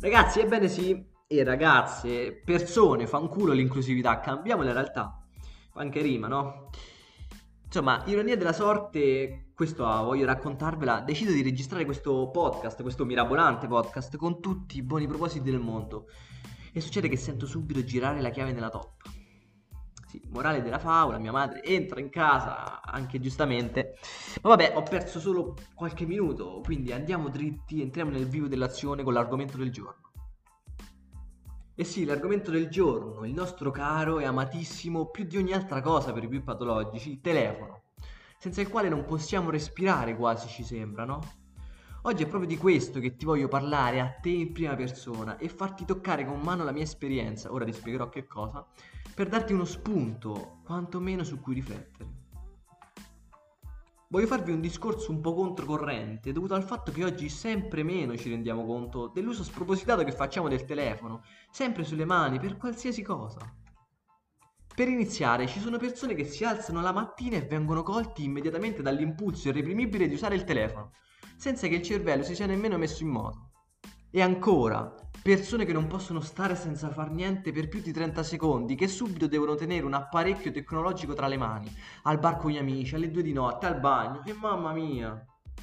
Ragazzi, ebbene sì, e ragazze, persone, fanculo l'inclusività, cambiamo la realtà. Fa anche rima, no? Insomma, ironia della sorte, voglio raccontarvela. Decido di registrare questo podcast, questo mirabolante podcast, con tutti i buoni propositi del mondo. E succede che sento subito girare la chiave nella toppa. Sì, morale della favola, mia madre entra in casa, anche giustamente. Ma vabbè, ho perso solo qualche minuto, quindi andiamo dritti, entriamo nel vivo dell'azione con l'argomento del giorno. E sì, l'argomento del giorno, il nostro caro e amatissimo più di ogni altra cosa per i più patologici, il telefono, senza il quale non possiamo respirare quasi ci sembra, no? Oggi è proprio di questo che ti voglio parlare a te in prima persona e farti toccare con mano la mia esperienza, ora ti spiegherò che cosa, per darti uno spunto, quantomeno su cui riflettere. Voglio farvi un discorso un po' controcorrente, dovuto al fatto che oggi sempre meno ci rendiamo conto dell'uso spropositato che facciamo del telefono, sempre sulle mani, per qualsiasi cosa. Per iniziare, ci sono persone che si alzano la mattina e vengono colti immediatamente dall'impulso irreprimibile di usare il telefono, senza che il cervello si sia nemmeno messo in moto. E ancora, persone che non possono stare senza far niente per più di 30 secondi, che subito devono tenere un apparecchio tecnologico tra le mani, al bar con gli amici, alle 2 di notte, al bagno, e mamma mia!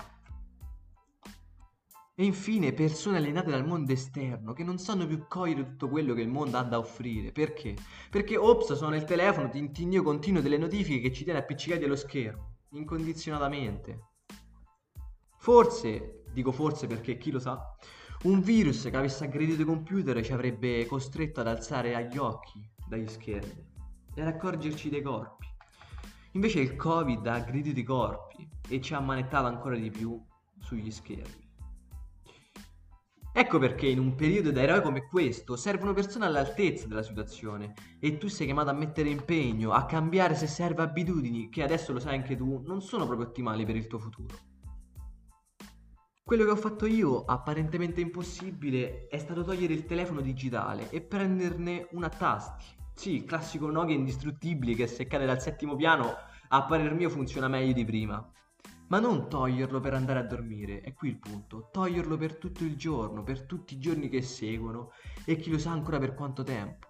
E infine persone alienate dal mondo esterno, che non sanno più cogliere tutto quello che il mondo ha da offrire. Perché? Perché, ops, sono nel telefono, tintinnio continuo delle notifiche che ci tiene appiccicati allo schermo, incondizionatamente. Forse, dico forse perché chi lo sa, un virus che avesse aggredito i computer ci avrebbe costretto ad alzare agli occhi dagli schermi e ad accorgerci dei corpi. Invece il Covid ha aggredito i corpi e ci ha manettato ancora di più sugli schermi. Ecco perché in un periodo da eroe come questo servono persone all'altezza della situazione e tu sei chiamato a mettere impegno, a cambiare se serve abitudini che adesso lo sai anche tu, non sono proprio ottimali per il tuo futuro. Quello che ho fatto io, apparentemente impossibile, è stato togliere il telefono digitale e prenderne una a tasti. Sì, il classico Nokia indistruttibile che se cade dal settimo piano, a parer mio funziona meglio di prima. Ma non toglierlo per andare a dormire, è qui il punto. Toglierlo per tutto il giorno, per tutti i giorni che seguono e chi lo sa ancora per quanto tempo.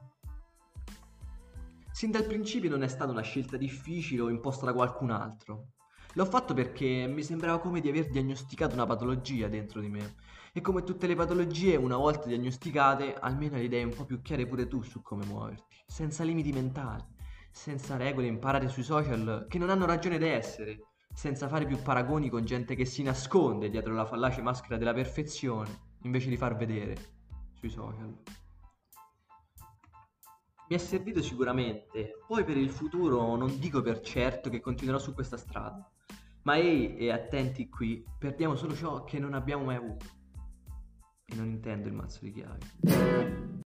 Sin dal principio non è stata una scelta difficile o imposta da qualcun altro. L'ho fatto perché mi sembrava come di aver diagnosticato una patologia dentro di me. E come tutte le patologie, una volta diagnosticate, almeno hai le idee un po' più chiare pure tu su come muoverti, senza limiti mentali, senza regole imparate sui social che non hanno ragione d'essere, senza fare più paragoni con gente che si nasconde dietro la fallace maschera della perfezione, invece di far vedere sui social. Mi è servito sicuramente, poi per il futuro non dico per certo che continuerò su questa strada, ma ehi e attenti qui, perdiamo solo ciò che non abbiamo mai avuto. E non intendo il mazzo di chiavi.